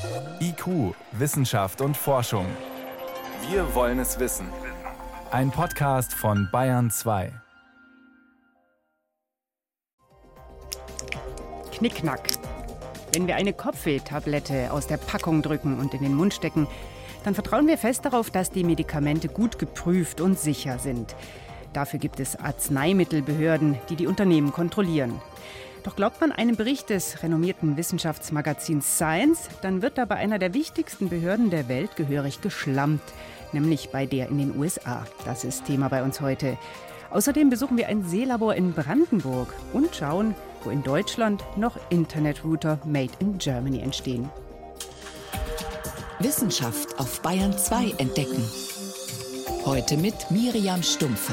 IQ, Wissenschaft und Forschung. Wir wollen es wissen. Ein Podcast von Bayern 2. Knickknack. Wenn wir eine Kopfweh-Tablette aus der Packung drücken und in den Mund stecken, dann vertrauen wir fest darauf, dass die Medikamente gut geprüft und sicher sind. Dafür gibt es Arzneimittelbehörden, die die Unternehmen kontrollieren. Doch glaubt man einem Bericht des renommierten Wissenschaftsmagazins Science, dann wird da bei einer der wichtigsten Behörden der Welt gehörig geschlampt, nämlich bei der in den USA. Das ist Thema bei uns heute. Außerdem besuchen wir ein Seelabor in Brandenburg und schauen, wo in Deutschland noch Internetrouter made in Germany entstehen. Wissenschaft auf Bayern 2 entdecken. Heute mit Miriam Stumpfe.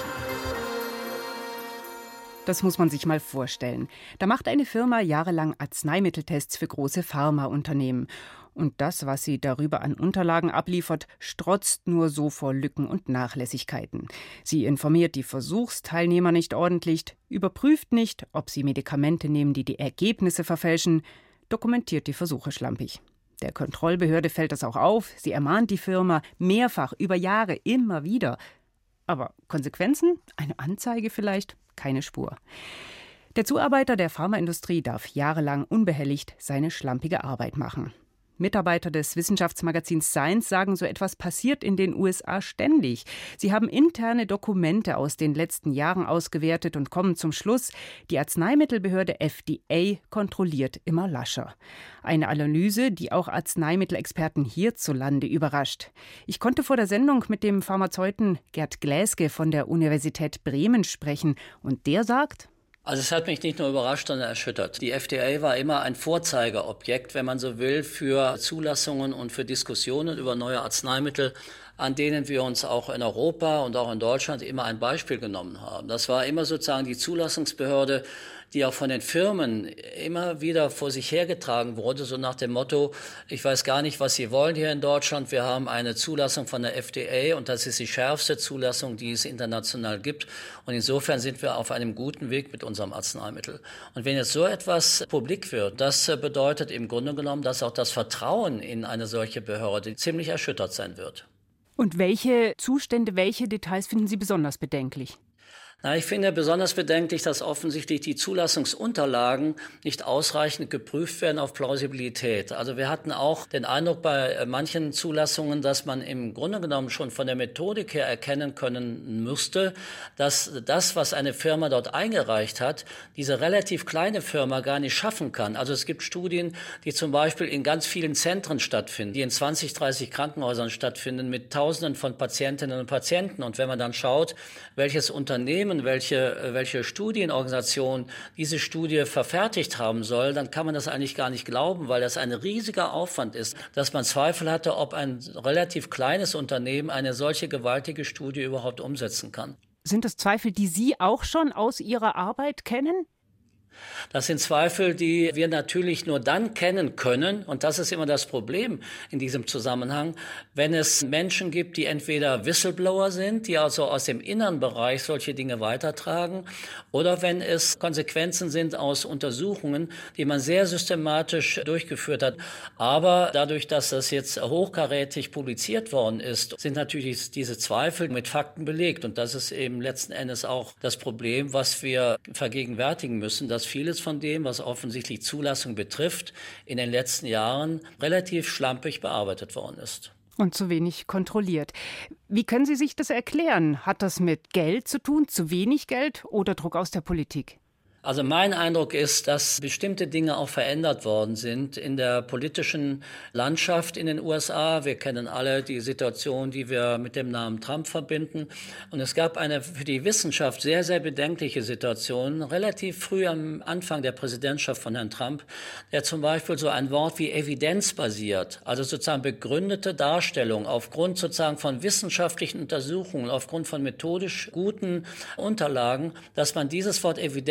Das muss man sich mal vorstellen. Da macht eine Firma jahrelang Arzneimitteltests für große Pharmaunternehmen. Und das, was sie darüber an Unterlagen abliefert, strotzt nur so vor Lücken und Nachlässigkeiten. Sie informiert die Versuchsteilnehmer nicht ordentlich, überprüft nicht, ob sie Medikamente nehmen, die die Ergebnisse verfälschen, dokumentiert die Versuche schlampig. Der Kontrollbehörde fällt das auch auf. Sie ermahnt die Firma mehrfach, über Jahre, immer wieder. Aber Konsequenzen? Eine Anzeige vielleicht? Keine Spur. Der Zuarbeiter der Pharmaindustrie darf jahrelang unbehelligt seine schlampige Arbeit machen. Mitarbeiter des Wissenschaftsmagazins Science sagen, so etwas passiert in den USA ständig. Sie haben interne Dokumente aus den letzten Jahren ausgewertet und kommen zum Schluss, die Arzneimittelbehörde FDA kontrolliert immer lascher. Eine Analyse, die auch Arzneimittelexperten hierzulande überrascht. Ich konnte vor der Sendung mit dem Pharmazeuten Gerd Gläske von der Universität Bremen sprechen und der sagt: Also es hat mich nicht nur überrascht, sondern erschüttert. Die FDA war immer ein Vorzeigeobjekt, wenn man so will, für Zulassungen und für Diskussionen über neue Arzneimittel, an denen wir uns auch in Europa und auch in Deutschland immer ein Beispiel genommen haben. Das war immer sozusagen die Zulassungsbehörde, die auch von den Firmen immer wieder vor sich hergetragen wurde, so nach dem Motto, ich weiß gar nicht, was Sie wollen hier in Deutschland, wir haben eine Zulassung von der FDA und das ist die schärfste Zulassung, die es international gibt und insofern sind wir auf einem guten Weg mit unserem Arzneimittel. Und wenn jetzt so etwas publik wird, das bedeutet im Grunde genommen, dass auch das Vertrauen in eine solche Behörde ziemlich erschüttert sein wird. Und welche Zustände, welche Details finden Sie besonders bedenklich? Na, ich finde besonders bedenklich, dass offensichtlich die Zulassungsunterlagen nicht ausreichend geprüft werden auf Plausibilität. Also wir hatten auch den Eindruck bei manchen Zulassungen, dass man im Grunde genommen schon von der Methodik her erkennen können müsste, dass das, was eine Firma dort eingereicht hat, diese relativ kleine Firma gar nicht schaffen kann. Also es gibt Studien, die zum Beispiel in ganz vielen Zentren stattfinden, die in 20, 30 Krankenhäusern stattfinden mit Tausenden von Patientinnen und Patienten. Und wenn man dann schaut, welches Unternehmen, welche Studienorganisation diese Studie verfertigt haben soll, dann kann man das eigentlich gar nicht glauben, weil das ein riesiger Aufwand ist, dass man Zweifel hatte, ob ein relativ kleines Unternehmen eine solche gewaltige Studie überhaupt umsetzen kann. Sind das Zweifel, die Sie auch schon aus Ihrer Arbeit kennen? Das sind Zweifel, die wir natürlich nur dann kennen können, und das ist immer das Problem in diesem Zusammenhang, wenn es Menschen gibt, die entweder Whistleblower sind, die also aus dem inneren Bereich solche Dinge weitertragen, oder wenn es Konsequenzen sind aus Untersuchungen, die man sehr systematisch durchgeführt hat. Aber dadurch, dass das jetzt hochkarätig publiziert worden ist, sind natürlich diese Zweifel mit Fakten belegt. Und das ist eben letzten Endes auch das Problem, was wir vergegenwärtigen müssen, dass vieles von dem, was offensichtlich Zulassung betrifft, in den letzten Jahren relativ schlampig bearbeitet worden ist. Und zu wenig kontrolliert. Wie können Sie sich das erklären? Hat das mit Geld zu tun, zu wenig Geld oder Druck aus der Politik? Also mein Eindruck ist, dass bestimmte Dinge auch verändert worden sind in der politischen Landschaft in den USA. Wir kennen alle die Situation, die wir mit dem Namen Trump verbinden. Und es gab eine für die Wissenschaft sehr, sehr bedenkliche Situation, relativ früh am Anfang der Präsidentschaft von Herrn Trump, der zum Beispiel so ein Wort wie evidenzbasiert, also sozusagen begründete Darstellung aufgrund sozusagen von wissenschaftlichen Untersuchungen, aufgrund von methodisch guten Unterlagen, dass man dieses Wort Evidenz möglicherweise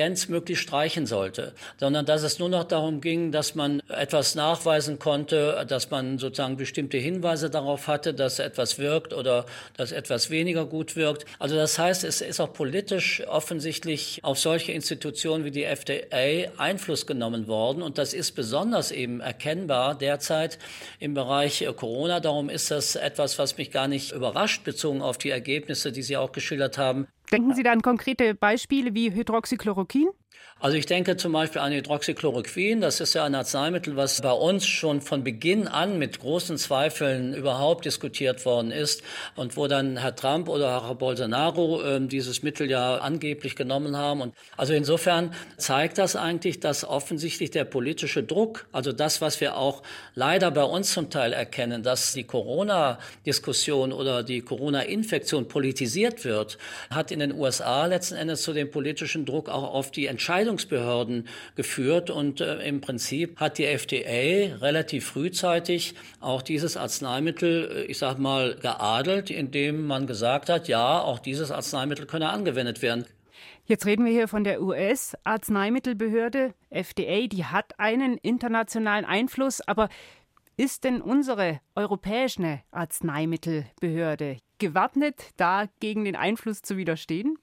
möglichst streichen sollte, sondern dass es nur noch darum ging, dass man etwas nachweisen konnte, dass man sozusagen bestimmte Hinweise darauf hatte, dass etwas wirkt oder dass etwas weniger gut wirkt. Also das heißt, es ist auch politisch offensichtlich auf solche Institutionen wie die FDA Einfluss genommen worden und das ist besonders eben erkennbar derzeit im Bereich Corona. Darum ist das etwas, was mich gar nicht überrascht, bezogen auf die Ergebnisse, die Sie auch geschildert haben. Denken Sie da an konkrete Beispiele wie Hydroxychloroquin? Also ich denke zum Beispiel an Hydroxychloroquin. Das ist ja ein Arzneimittel, was bei uns schon von Beginn an mit großen Zweifeln überhaupt diskutiert worden ist und wo dann Herr Trump oder Herr Bolsonaro dieses Mittel ja angeblich genommen haben. Und also insofern zeigt das eigentlich, dass offensichtlich der politische Druck, also das, was wir auch leider bei uns zum Teil erkennen, dass die Corona-Diskussion oder die Corona-Infektion politisiert wird, hat in den USA letzten Endes zu dem politischen Druck auch auf die Entscheidungsbehörden geführt und im Prinzip hat die FDA relativ frühzeitig auch dieses Arzneimittel, ich sag mal, geadelt, indem man gesagt hat, ja, auch dieses Arzneimittel könne angewendet werden. Jetzt reden wir hier von der US-Arzneimittelbehörde, FDA, die hat einen internationalen Einfluss, aber ist denn unsere europäische Arzneimittelbehörde gewappnet, da gegen den Einfluss zu widerstehen?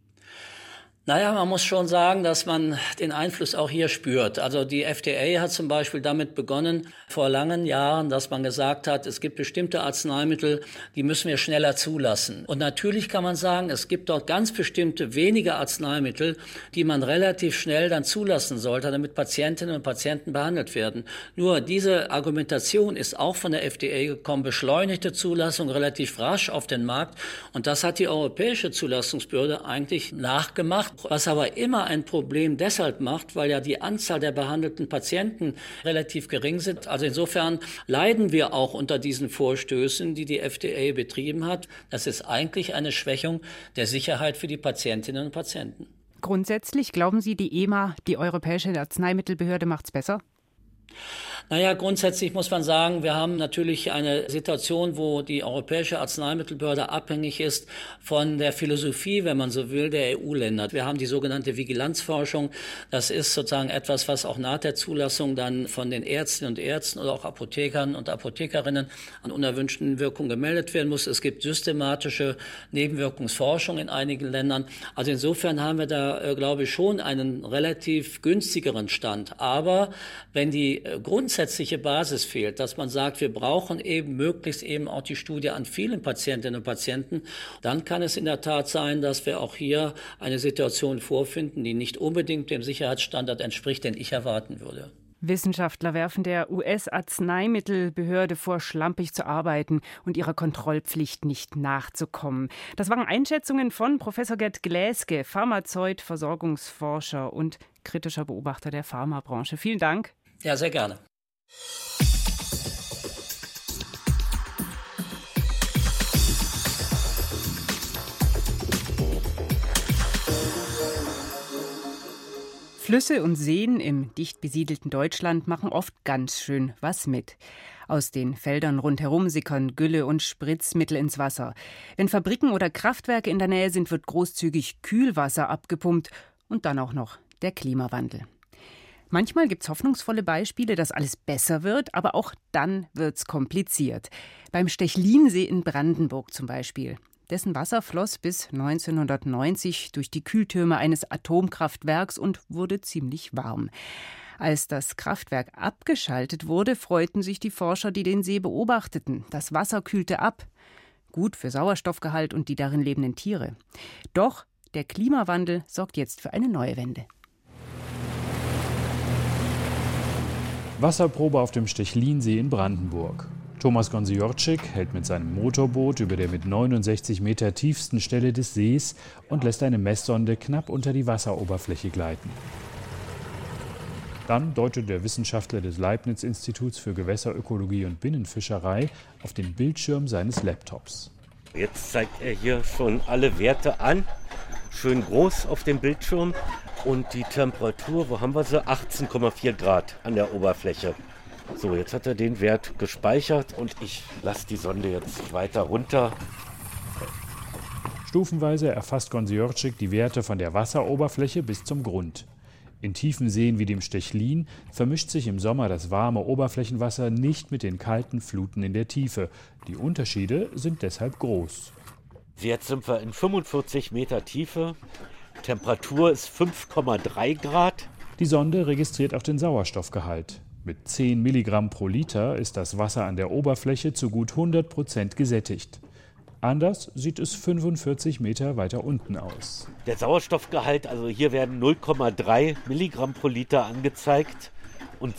Naja, man muss schon sagen, dass man den Einfluss auch hier spürt. Also die FDA hat zum Beispiel damit begonnen, vor langen Jahren, dass man gesagt hat, es gibt bestimmte Arzneimittel, die müssen wir schneller zulassen. Und natürlich kann man sagen, es gibt dort ganz bestimmte wenige Arzneimittel, die man relativ schnell dann zulassen sollte, damit Patientinnen und Patienten behandelt werden. Nur diese Argumentation ist auch von der FDA gekommen, beschleunigte Zulassung relativ rasch auf den Markt. Und das hat die Europäische Zulassungsbehörde eigentlich nachgemacht. Was aber immer ein Problem deshalb macht, weil ja die Anzahl der behandelten Patienten relativ gering sind. Also insofern leiden wir auch unter diesen Vorstößen, die die FDA betrieben hat. Das ist eigentlich eine Schwächung der Sicherheit für die Patientinnen und Patienten. Grundsätzlich glauben Sie, die EMA, die Europäische Arzneimittelbehörde, macht es besser? Naja, grundsätzlich muss man sagen, wir haben natürlich eine Situation, wo die Europäische Arzneimittelbehörde abhängig ist von der Philosophie, wenn man so will, der EU-Länder. Wir haben die sogenannte Vigilanzforschung. Das ist sozusagen etwas, was auch nach der Zulassung dann von den Ärztinnen und Ärzten oder auch Apothekern und Apothekerinnen an unerwünschten Wirkungen gemeldet werden muss. Es gibt systematische Nebenwirkungsforschung in einigen Ländern. Also insofern haben wir da, glaube ich, schon einen relativ günstigeren Stand. Aber wenn die grundsätzliche Basis fehlt, dass man sagt, wir brauchen eben möglichst eben auch die Studie an vielen Patientinnen und Patienten, dann kann es in der Tat sein, dass wir auch hier eine Situation vorfinden, die nicht unbedingt dem Sicherheitsstandard entspricht, den ich erwarten würde. Wissenschaftler werfen der US-Arzneimittelbehörde vor, schlampig zu arbeiten und ihrer Kontrollpflicht nicht nachzukommen. Das waren Einschätzungen von Professor Gerd Gläske, Pharmazeut, Versorgungsforscher und kritischer Beobachter der Pharmabranche. Vielen Dank. Ja, sehr gerne. Flüsse und Seen im dicht besiedelten Deutschland machen oft ganz schön was mit. Aus den Feldern rundherum sickern Gülle und Spritzmittel ins Wasser. Wenn Fabriken oder Kraftwerke in der Nähe sind, wird großzügig Kühlwasser abgepumpt und dann auch noch der Klimawandel. Manchmal gibt es hoffnungsvolle Beispiele, dass alles besser wird, aber auch dann wird's kompliziert. Beim Stechlinsee in Brandenburg zum Beispiel. Dessen Wasser floss bis 1990 durch die Kühltürme eines Atomkraftwerks und wurde ziemlich warm. Als das Kraftwerk abgeschaltet wurde, freuten sich die Forscher, die den See beobachteten. Das Wasser kühlte ab. Gut für Sauerstoffgehalt und die darin lebenden Tiere. Doch der Klimawandel sorgt jetzt für eine neue Wende. Wasserprobe auf dem Stechlinsee in Brandenburg. Thomas Gonsiorczyk hält mit seinem Motorboot über der mit 69 Meter tiefsten Stelle des Sees und lässt eine Messsonde knapp unter die Wasseroberfläche gleiten. Dann deutet der Wissenschaftler des Leibniz-Instituts für Gewässerökologie und Binnenfischerei auf den Bildschirm seines Laptops. Jetzt zeigt er hier schon alle Werte an, schön groß auf dem Bildschirm. Und die Temperatur, wo haben wir sie? 18,4 Grad an der Oberfläche. So, jetzt hat er den Wert gespeichert und ich lasse die Sonde jetzt weiter runter. Stufenweise erfasst Gonsiorczyk die Werte von der Wasseroberfläche bis zum Grund. In tiefen Seen wie dem Stechlin vermischt sich im Sommer das warme Oberflächenwasser nicht mit den kalten Fluten in der Tiefe. Die Unterschiede sind deshalb groß. Jetzt sind wir in 45 Meter Tiefe. Temperatur ist 5,3 Grad. Die Sonde registriert auch den Sauerstoffgehalt. Mit 10 Milligramm pro Liter ist das Wasser an der Oberfläche zu gut 100% gesättigt. Anders sieht es 45 Meter weiter unten aus. Der Sauerstoffgehalt, also hier werden 0,3 Milligramm pro Liter angezeigt und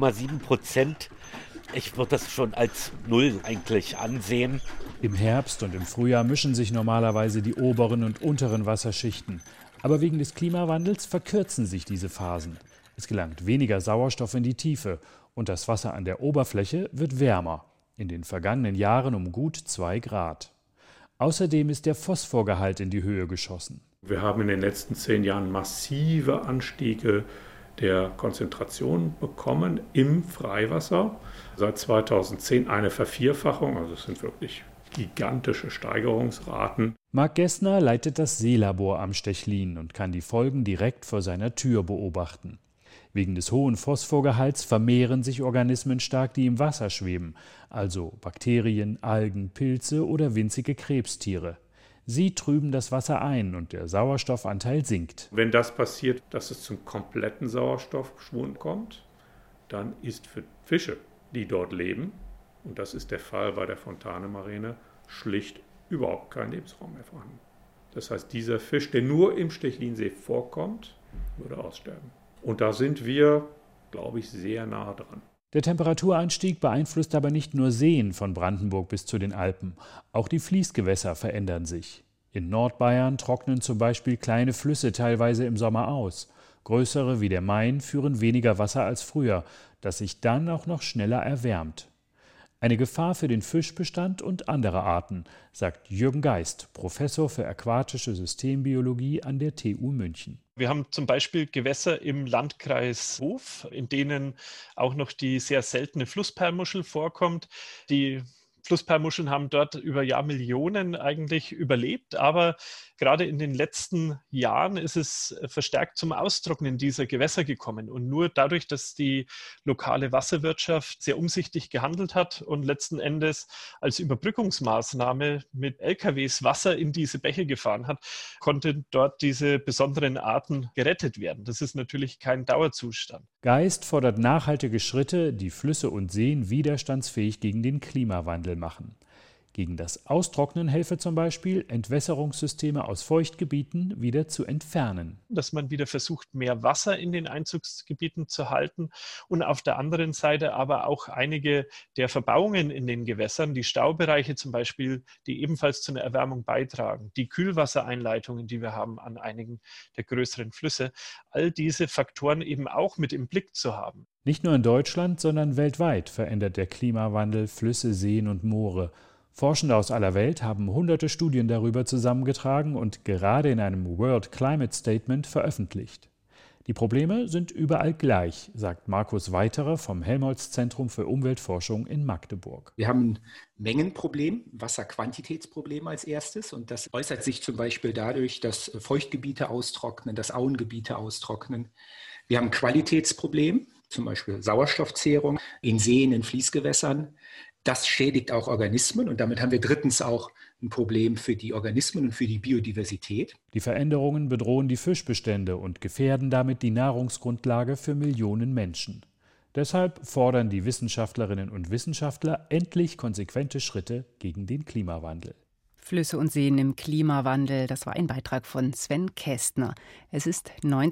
2,7%. Ich würde das schon als Null eigentlich ansehen. Im Herbst und im Frühjahr mischen sich normalerweise die oberen und unteren Wasserschichten. Aber wegen des Klimawandels verkürzen sich diese Phasen. Es gelangt weniger Sauerstoff in die Tiefe und das Wasser an der Oberfläche wird wärmer. In den vergangenen Jahren um gut 2 Grad. Außerdem ist der Phosphorgehalt in die Höhe geschossen. Wir haben in den letzten 10 Jahren massive Anstiege der Konzentration bekommen im Freiwasser. Seit 2010 eine Vervierfachung, also es sind wirklich gigantische Steigerungsraten. Marc Gessner leitet das Seelabor am Stechlin und kann die Folgen direkt vor seiner Tür beobachten. Wegen des hohen Phosphorgehalts vermehren sich Organismen stark, die im Wasser schweben, also Bakterien, Algen, Pilze oder winzige Krebstiere. Sie trüben das Wasser ein und der Sauerstoffanteil sinkt. Wenn das passiert, dass es zum kompletten Sauerstoffschwund kommt, dann ist für Fische, die dort leben, und das ist der Fall bei der Fontane-Maräne, schlicht überhaupt kein Lebensraum mehr vorhanden. Das heißt, dieser Fisch, der nur im Stechlinsee vorkommt, würde aussterben. Und da sind wir, glaube ich, sehr nah dran. Der Temperaturanstieg beeinflusst aber nicht nur Seen von Brandenburg bis zu den Alpen. Auch die Fließgewässer verändern sich. In Nordbayern trocknen zum Beispiel kleine Flüsse teilweise im Sommer aus. Größere wie der Main führen weniger Wasser als früher, das sich dann auch noch schneller erwärmt. Eine Gefahr für den Fischbestand und andere Arten, sagt Jürgen Geist, Professor für aquatische Systembiologie an der TU München. Wir haben zum Beispiel Gewässer im Landkreis Hof, in denen auch noch die sehr seltene Flussperlmuschel vorkommt. Die Flussperlmuscheln haben dort über Jahrmillionen eigentlich überlebt, aber gerade in den letzten Jahren ist es verstärkt zum Austrocknen dieser Gewässer gekommen. Und nur dadurch, dass die lokale Wasserwirtschaft sehr umsichtig gehandelt hat und letzten Endes als Überbrückungsmaßnahme mit LKWs Wasser in diese Bäche gefahren hat, konnten dort diese besonderen Arten gerettet werden. Das ist natürlich kein Dauerzustand. Geist fordert nachhaltige Schritte, die Flüsse und Seen widerstandsfähig gegen den Klimawandel machen. Gegen das Austrocknen helfe zum Beispiel, Entwässerungssysteme aus Feuchtgebieten wieder zu entfernen. Dass man wieder versucht, mehr Wasser in den Einzugsgebieten zu halten und auf der anderen Seite aber auch einige der Verbauungen in den Gewässern, die Staubereiche zum Beispiel, die ebenfalls zu einer Erwärmung beitragen, die Kühlwassereinleitungen, die wir haben an einigen der größeren Flüsse, all diese Faktoren eben auch mit im Blick zu haben. Nicht nur in Deutschland, sondern weltweit verändert der Klimawandel Flüsse, Seen und Moore. Forschende aus aller Welt haben hunderte Studien darüber zusammengetragen und gerade in einem World Climate Statement veröffentlicht. Die Probleme sind überall gleich, sagt Markus Weiterer vom Helmholtz-Zentrum für Umweltforschung in Magdeburg. Wir haben ein Mengenproblem, Wasserquantitätsproblem als erstes. Und das äußert sich zum Beispiel dadurch, dass Feuchtgebiete austrocknen, dass Auengebiete austrocknen. Wir haben ein Qualitätsproblem, zum Beispiel Sauerstoffzehrung in Seen, in Fließgewässern. Das schädigt auch Organismen und damit haben wir drittens auch ein Problem für die Organismen und für die Biodiversität. Die Veränderungen bedrohen die Fischbestände und gefährden damit die Nahrungsgrundlage für Millionen Menschen. Deshalb fordern die Wissenschaftlerinnen und Wissenschaftler endlich konsequente Schritte gegen den Klimawandel. Flüsse und Seen im Klimawandel, das war ein Beitrag von Sven Kästner. Es ist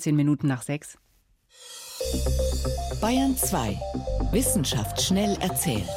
6:19. Bayern 2. Wissenschaft schnell erzählt.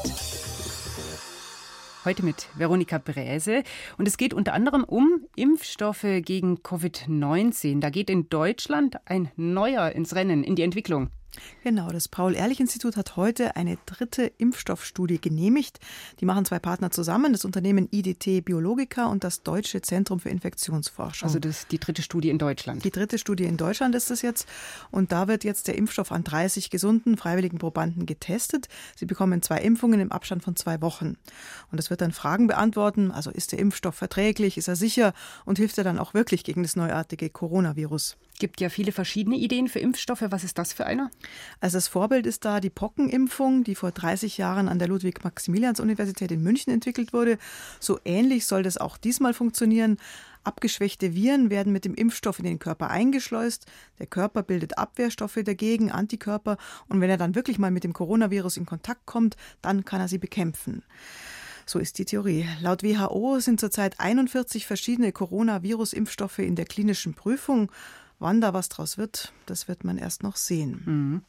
Heute mit Veronika Bräse. Und es geht unter anderem um Impfstoffe gegen Covid-19. Da geht in Deutschland ein neuer ins Rennen, in die Entwicklung. Genau, das Paul-Ehrlich-Institut hat heute eine 3. Impfstoffstudie genehmigt. Die machen 2 Partner zusammen, das Unternehmen IDT Biologica und das Deutsche Zentrum für Infektionsforschung. Also das ist die 3. Studie in Deutschland. Die 3. Studie in Deutschland ist das jetzt. Und da wird jetzt der Impfstoff an 30 gesunden, freiwilligen Probanden getestet. Sie bekommen 2 Impfungen im Abstand von 2 Wochen. Und das wird dann Fragen beantworten. Also ist der Impfstoff verträglich, ist er sicher und hilft er dann auch wirklich gegen das neuartige Coronavirus? Gibt ja viele verschiedene Ideen für Impfstoffe. Was ist das für einer? Also das Vorbild ist da die Pockenimpfung, die vor 30 Jahren an der Ludwig-Maximilians-Universität in München entwickelt wurde. So ähnlich soll das auch diesmal funktionieren. Abgeschwächte Viren werden mit dem Impfstoff in den Körper eingeschleust. Der Körper bildet Abwehrstoffe dagegen, Antikörper. Und wenn er dann wirklich mal mit dem Coronavirus in Kontakt kommt, dann kann er sie bekämpfen. So ist die Theorie. Laut WHO sind zurzeit 41 verschiedene Coronavirus-Impfstoffe in der klinischen Prüfung. Wann da was draus wird, das wird man erst noch sehen. Mhm.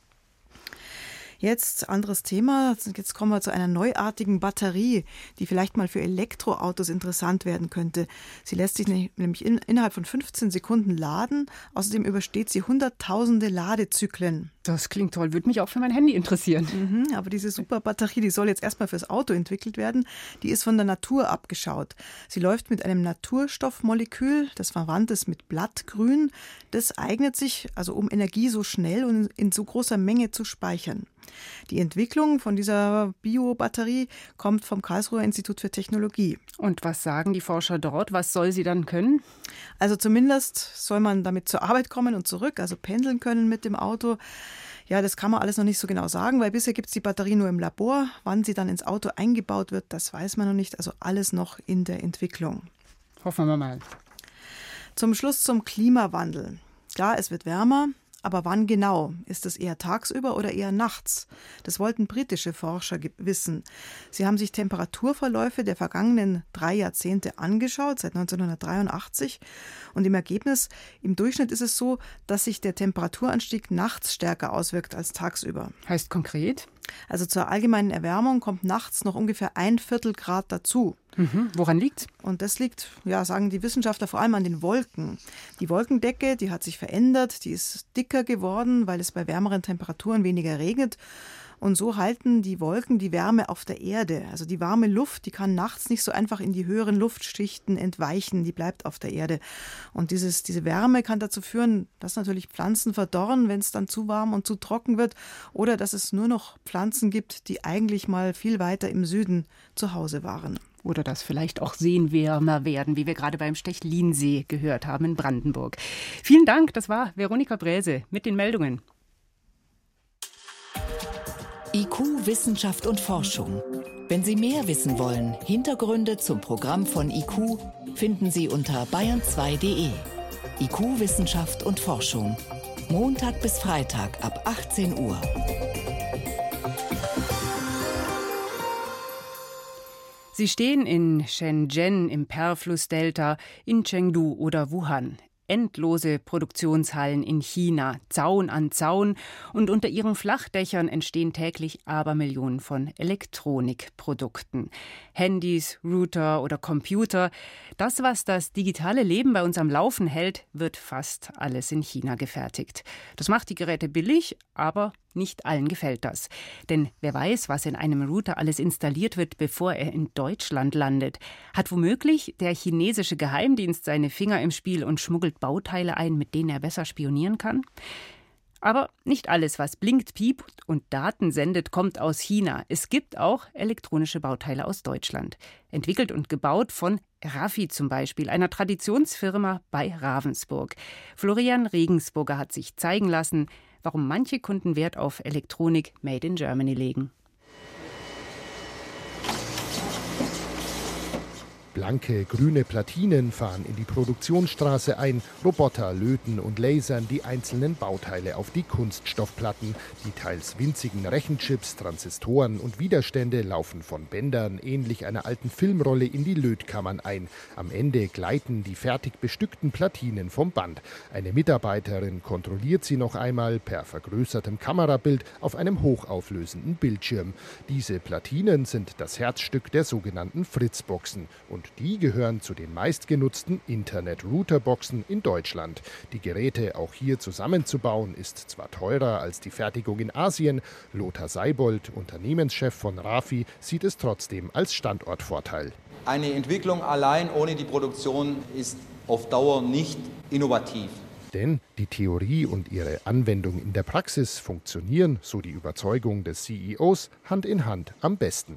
Jetzt anderes Thema. Jetzt kommen wir zu einer neuartigen Batterie, die vielleicht mal für Elektroautos interessant werden könnte. Sie lässt sich nämlich innerhalb von 15 Sekunden laden. Außerdem übersteht sie hunderttausende Ladezyklen. Das klingt toll, würde mich auch für mein Handy interessieren. Aber diese super Batterie, die soll jetzt erstmal fürs Auto entwickelt werden. Die ist von der Natur abgeschaut. Sie läuft mit einem Naturstoffmolekül, das verwandt ist mit Blattgrün. Das eignet sich, also um Energie so schnell und in so großer Menge zu speichern. Die Entwicklung von dieser Biobatterie kommt vom Karlsruher Institut für Technologie. Und was sagen die Forscher dort? Was soll sie dann können? Also zumindest soll man damit zur Arbeit kommen und zurück, also pendeln können mit dem Auto. Ja, das kann man alles noch nicht so genau sagen, weil bisher gibt es die Batterie nur im Labor. Wann sie dann ins Auto eingebaut wird, das weiß man noch nicht. Also alles noch in der Entwicklung. Hoffen wir mal. Zum Schluss zum Klimawandel. Klar, es wird wärmer. Aber wann genau? Ist es eher tagsüber oder eher nachts? Das wollten britische Forscher wissen. Sie haben sich Temperaturverläufe der vergangenen 3 Jahrzehnte angeschaut, seit 1983. Und im Ergebnis, im Durchschnitt ist es so, dass sich der Temperaturanstieg nachts stärker auswirkt als tagsüber. Heißt konkret? Also zur allgemeinen Erwärmung kommt nachts noch ungefähr 1/4 Grad dazu. Woran liegt's? Und das liegt, ja, sagen die Wissenschaftler, vor allem an den Wolken. Die Wolkendecke, die hat sich verändert, die ist dicker geworden, weil es bei wärmeren Temperaturen weniger regnet. Und so halten die Wolken die Wärme auf der Erde. Also die warme Luft, die kann nachts nicht so einfach in die höheren Luftschichten entweichen, die bleibt auf der Erde. Und diese Wärme kann dazu führen, dass natürlich Pflanzen verdorren, wenn es dann zu warm und zu trocken wird, oder dass es nur noch Pflanzen gibt, die eigentlich mal viel weiter im Süden zu Hause waren. Oder dass vielleicht auch Seen wärmer werden, wie wir gerade beim Stechlinsee gehört haben in Brandenburg. Vielen Dank, das war Veronika Bräse mit den Meldungen. IQ, Wissenschaft und Forschung. Wenn Sie mehr wissen wollen, Hintergründe zum Programm von IQ finden Sie unter bayern2.de. IQ, Wissenschaft und Forschung. Montag bis Freitag ab 18 Uhr. Sie stehen in Shenzhen im Perlflussdelta, in Chengdu oder Wuhan. Endlose Produktionshallen in China, Zaun an Zaun, und unter ihren Flachdächern entstehen täglich Abermillionen von Elektronikprodukten. Handys, Router oder Computer. Das, was das digitale Leben bei uns am Laufen hält, wird fast alles in China gefertigt. Das macht die Geräte billig, aber nicht allen gefällt das. Denn wer weiß, was in einem Router alles installiert wird, bevor er in Deutschland landet. Hat womöglich der chinesische Geheimdienst seine Finger im Spiel und schmuggelt Bauteile ein, mit denen er besser spionieren kann? Aber nicht alles, was blinkt, piept und Daten sendet, kommt aus China. Es gibt auch elektronische Bauteile aus Deutschland. Entwickelt und gebaut von Raffi zum Beispiel, einer Traditionsfirma bei Ravensburg. Florian Regensburger hat sich zeigen lassen, warum manche Kunden Wert auf Elektronik made in Germany legen. Blanke, grüne Platinen fahren in die Produktionsstraße ein. Roboter löten und lasern die einzelnen Bauteile auf die Kunststoffplatten. Die teils winzigen Rechenchips, Transistoren und Widerstände laufen von Bändern ähnlich einer alten Filmrolle in die Lötkammern ein. Am Ende gleiten die fertig bestückten Platinen vom Band. Eine Mitarbeiterin kontrolliert sie noch einmal per vergrößertem Kamerabild auf einem hochauflösenden Bildschirm. Diese Platinen sind das Herzstück der sogenannten Fritzboxen. Und die gehören zu den meistgenutzten Internet-Routerboxen in Deutschland. Die Geräte auch hier zusammenzubauen, ist zwar teurer als die Fertigung in Asien. Lothar Seibold, Unternehmenschef von Raffi, sieht es trotzdem als Standortvorteil. Eine Entwicklung allein ohne die Produktion ist auf Dauer nicht innovativ. Denn die Theorie und ihre Anwendung in der Praxis funktionieren, so die Überzeugung des CEOs, Hand in Hand am besten.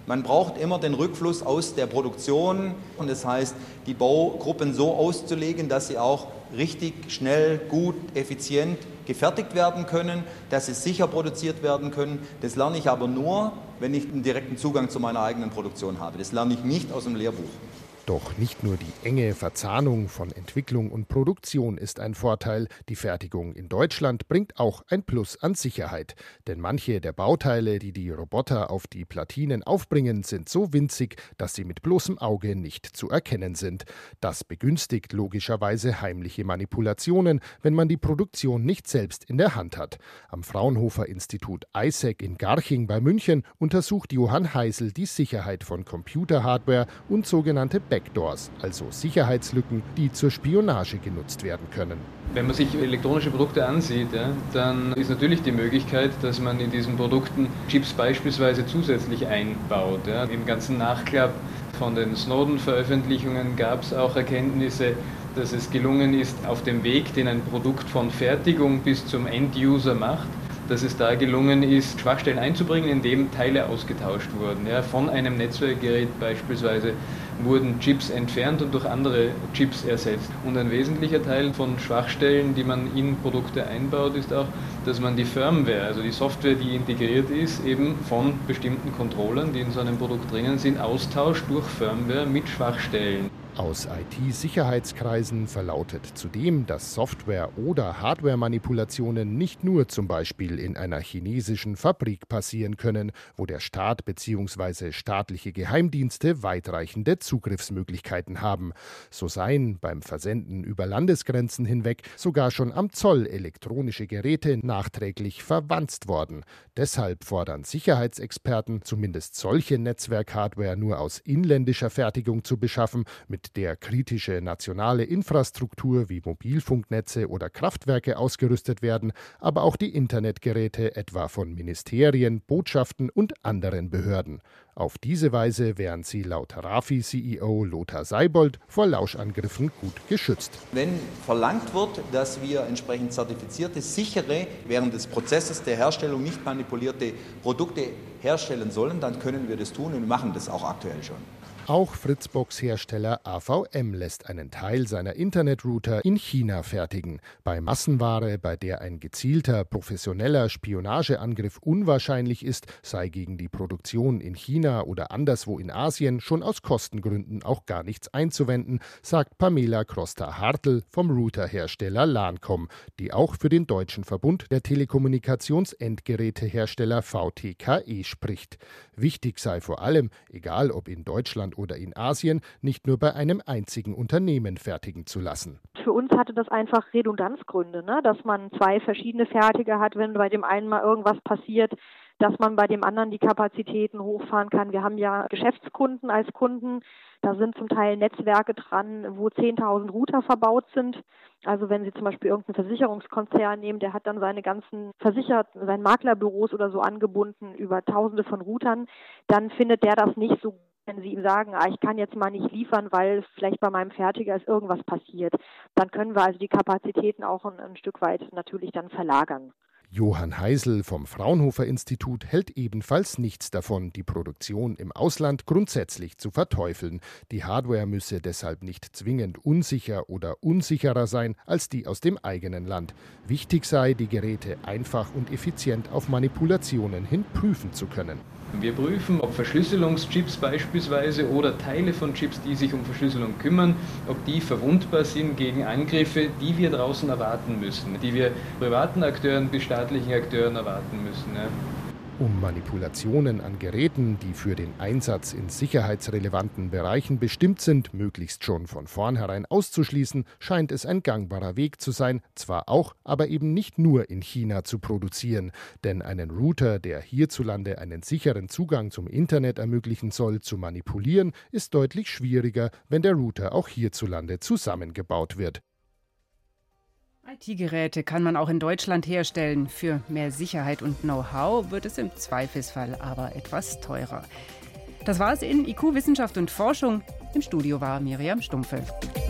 Man braucht immer den Rückfluss aus der Produktion und das heißt, die Baugruppen so auszulegen, dass sie auch richtig, schnell, gut, effizient gefertigt werden können, dass sie sicher produziert werden können. Das lerne ich aber nur, wenn ich einen direkten Zugang zu meiner eigenen Produktion habe. Das lerne ich nicht aus dem Lehrbuch. Doch nicht nur die enge Verzahnung von Entwicklung und Produktion ist ein Vorteil. Die Fertigung in Deutschland bringt auch ein Plus an Sicherheit. Denn manche der Bauteile, die die Roboter auf die Platinen aufbringen, sind so winzig, dass sie mit bloßem Auge nicht zu erkennen sind. Das begünstigt logischerweise heimliche Manipulationen, wenn man die Produktion nicht selbst in der Hand hat. Am Fraunhofer-Institut ISEC in Garching bei München untersucht Johann Heisel die Sicherheit von Computerhardware und sogenannte Backdoors, also Sicherheitslücken, die zur Spionage genutzt werden können. Wenn man sich elektronische Produkte ansieht, dann ist natürlich die Möglichkeit, dass man in diesen Produkten Chips beispielsweise zusätzlich einbaut. Im ganzen Nachklapp von den Snowden-Veröffentlichungen gab es auch Erkenntnisse, dass es gelungen ist, auf dem Weg, den ein Produkt von Fertigung bis zum End-User macht, dass es da gelungen ist, Schwachstellen einzubringen, indem Teile ausgetauscht wurden. Von einem Netzwerkgerät beispielsweise wurden Chips entfernt und durch andere Chips ersetzt. Und ein wesentlicher Teil von Schwachstellen, die man in Produkte einbaut, ist auch, dass man die Firmware, also die Software, die integriert ist, eben von bestimmten Controllern, die in so einem Produkt drinnen sind, austauscht durch Firmware mit Schwachstellen. Aus IT-Sicherheitskreisen verlautet zudem, dass Software- oder Hardware-Manipulationen nicht nur zum Beispiel in einer chinesischen Fabrik passieren können, wo der Staat bzw. staatliche Geheimdienste weitreichende Zugriffsmöglichkeiten haben. So seien beim Versenden über Landesgrenzen hinweg sogar schon am Zoll elektronische Geräte nachträglich verwanzt worden. Deshalb fordern Sicherheitsexperten, zumindest solche Netzwerk-Hardware nur aus inländischer Fertigung zu beschaffen, mit der kritische nationale Infrastruktur wie Mobilfunknetze oder Kraftwerke ausgerüstet werden, aber auch die Internetgeräte etwa von Ministerien, Botschaften und anderen Behörden. Auf diese Weise wären sie laut RAFI-CEO Lothar Seibold vor Lauschangriffen gut geschützt. Wenn verlangt wird, dass wir entsprechend zertifizierte, sichere, während des Prozesses der Herstellung nicht manipulierte Produkte herstellen sollen, dann können wir das tun und machen das auch aktuell schon. Auch Fritzbox-Hersteller AVM lässt einen Teil seiner Internetrouter in China fertigen. Bei Massenware, bei der ein gezielter, professioneller Spionageangriff unwahrscheinlich ist, sei gegen die Produktion in China oder anderswo in Asien schon aus Kostengründen auch gar nichts einzuwenden, sagt Pamela Kroster-Hartl vom Routerhersteller Lancom, die auch für den Deutschen Verbund der Telekommunikationsendgerätehersteller VTKE spricht. Wichtig sei vor allem, egal ob in Deutschland oder in Asien, nicht nur bei einem einzigen Unternehmen fertigen zu lassen. Für uns hatte das einfach Redundanzgründe, dass man zwei verschiedene Fertiger hat, wenn bei dem einen mal irgendwas passiert, dass man bei dem anderen die Kapazitäten hochfahren kann. Wir haben ja Geschäftskunden als Kunden, da sind zum Teil Netzwerke dran, wo 10.000 Router verbaut sind. Also wenn Sie zum Beispiel irgendeinen Versicherungskonzern nehmen, der hat dann seine ganzen seine Maklerbüros oder so angebunden über Tausende von Routern, dann findet der das nicht so gut, wenn Sie ihm sagen, ich kann jetzt mal nicht liefern, weil vielleicht bei meinem Fertiger ist irgendwas passiert. Dann können wir also die Kapazitäten auch ein Stück weit natürlich dann verlagern. Johann Heisel vom Fraunhofer-Institut hält ebenfalls nichts davon, die Produktion im Ausland grundsätzlich zu verteufeln. Die Hardware müsse deshalb nicht zwingend unsicher oder unsicherer sein als die aus dem eigenen Land. Wichtig sei, die Geräte einfach und effizient auf Manipulationen hin prüfen zu können. Wir prüfen, ob Verschlüsselungschips beispielsweise oder Teile von Chips, die sich um Verschlüsselung kümmern, ob die verwundbar sind gegen Angriffe, die wir draußen erwarten müssen, die wir privaten Akteuren bis staatlichen Akteuren erwarten müssen. Um Manipulationen an Geräten, die für den Einsatz in sicherheitsrelevanten Bereichen bestimmt sind, möglichst schon von vornherein auszuschließen, scheint es ein gangbarer Weg zu sein, zwar auch, aber eben nicht nur in China zu produzieren. Denn einen Router, der hierzulande einen sicheren Zugang zum Internet ermöglichen soll, zu manipulieren, ist deutlich schwieriger, wenn der Router auch hierzulande zusammengebaut wird. IT-Geräte kann man auch in Deutschland herstellen. Für mehr Sicherheit und Know-how wird es im Zweifelsfall aber etwas teurer. Das war es in IQ Wissenschaft und Forschung. Im Studio war Miriam Stumpfe.